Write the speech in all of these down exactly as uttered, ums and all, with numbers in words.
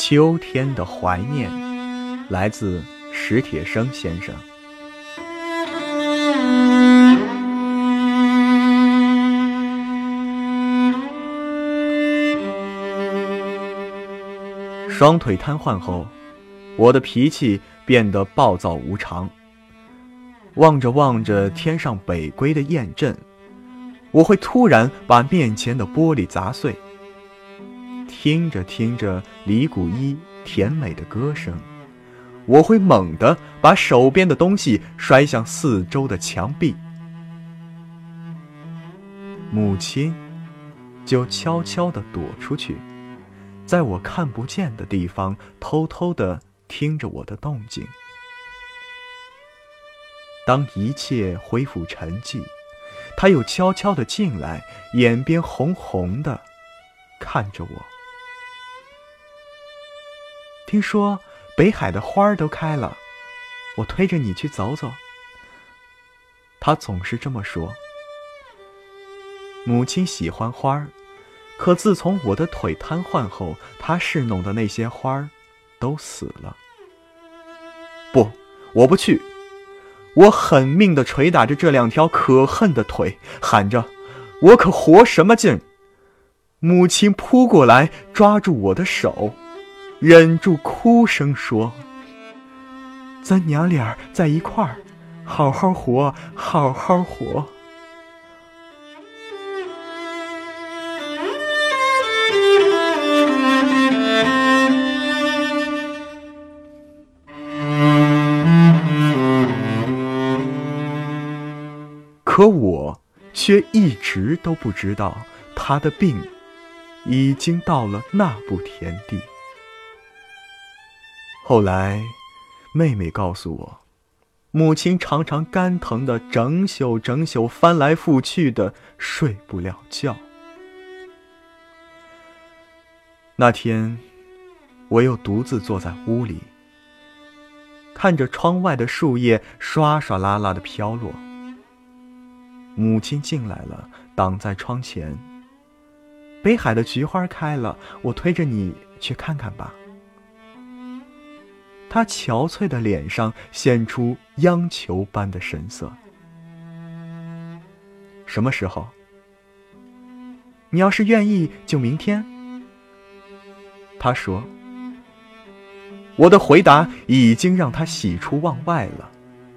秋天的怀念，来自史铁生先生。双腿瘫痪后，我的脾气变得暴躁无常。望着望着天上北归的雁阵，我会突然把面前的玻璃砸碎。听着听着李谷一甜美的歌声，我会猛地把手边的东西摔向四周的墙壁。母亲就悄悄地躲出去，在我看不见的地方偷偷地听着我的动静。当一切恢复沉寂，她又悄悄地进来，眼边红红的看着我。听说北海的花儿都开了，我推着你去走走。她总是这么说。母亲喜欢花儿，可自从我的腿瘫痪后，她侍弄的那些花儿都死了。不，我不去。我狠命地捶打着这两条可恨的腿，喊着：我可活什么劲？母亲扑过来，抓住我的手，忍住哭声说：咱娘俩在一块儿，好好活，好好活。可我却一直都不知道，他的病已经到了那步田地。后来妹妹告诉我，母亲常常肝疼的整宿整宿翻来覆去的睡不了觉。那天我又独自坐在屋里，看着窗外的树叶刷刷啦啦的飘落。母亲进来了，挡在窗前。北海的菊花开了，我推着你去看看吧。她憔悴的脸上现出央求般的神色。什么时候？你要是愿意，就明天。她说。我的回答已经让她喜出望外了。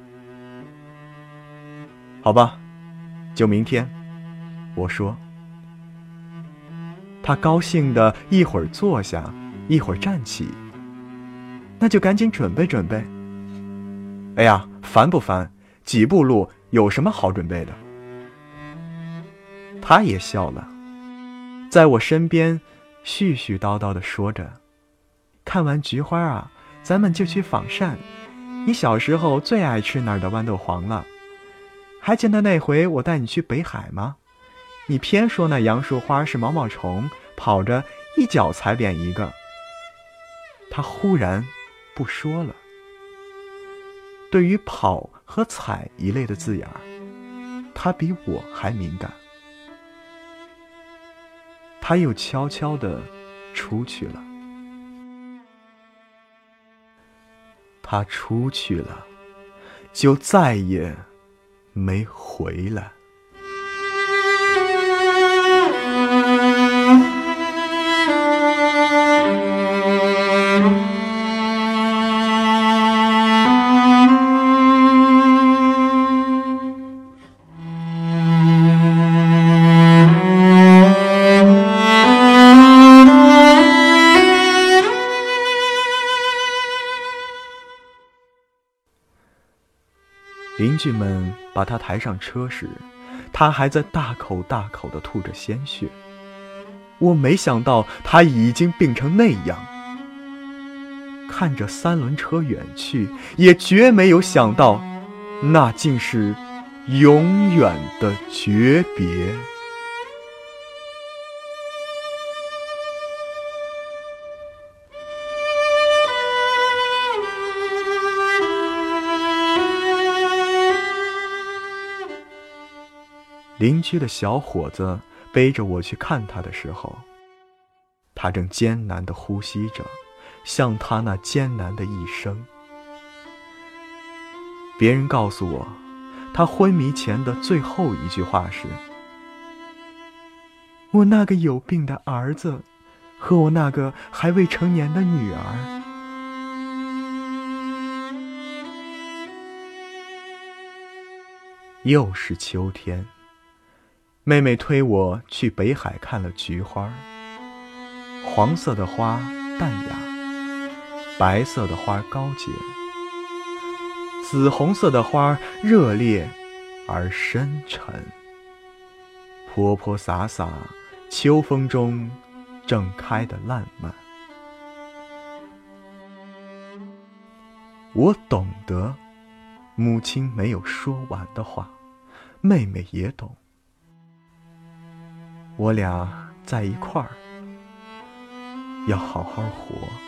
好吧，就明天，我说。他高兴的一会儿坐下，一会儿站起。那就赶紧准备准备。哎呀，烦不烦？几步路有什么好准备的？他也笑了，在我身边絮絮叨叨地说着：看完菊花啊，咱们就去仿膳。你小时候最爱吃那儿的豌豆黄了。还记得那回我带你去北海吗？你偏说那杨树花是毛毛虫，跑着一脚踩扁一个。他忽然不说了。对于跑和踩一类的字眼儿，他比我还敏感。他又悄悄地出去了。他出去了，就再也没回来。邻居们把他抬上车时，他还在大口大口地吐着鲜血。我没想到他已经病成那样。看着三轮车远去，也绝没有想到，那竟是永远的诀别。邻居的小伙子背着我去看他的时候，他正艰难地呼吸着， 像他那艰难的一生。别人告诉我，他昏迷前的最后一句话是：我那个有病的儿子和我那个还未成年的女儿。又是秋天，妹妹推我去北海看了菊花。黄色的花淡雅，白色的花高洁，紫红色的花热烈而深沉，泼泼洒洒，秋风中正开得烂漫。我懂得母亲没有说完的话，妹妹也懂。我俩在一块儿，要好好活。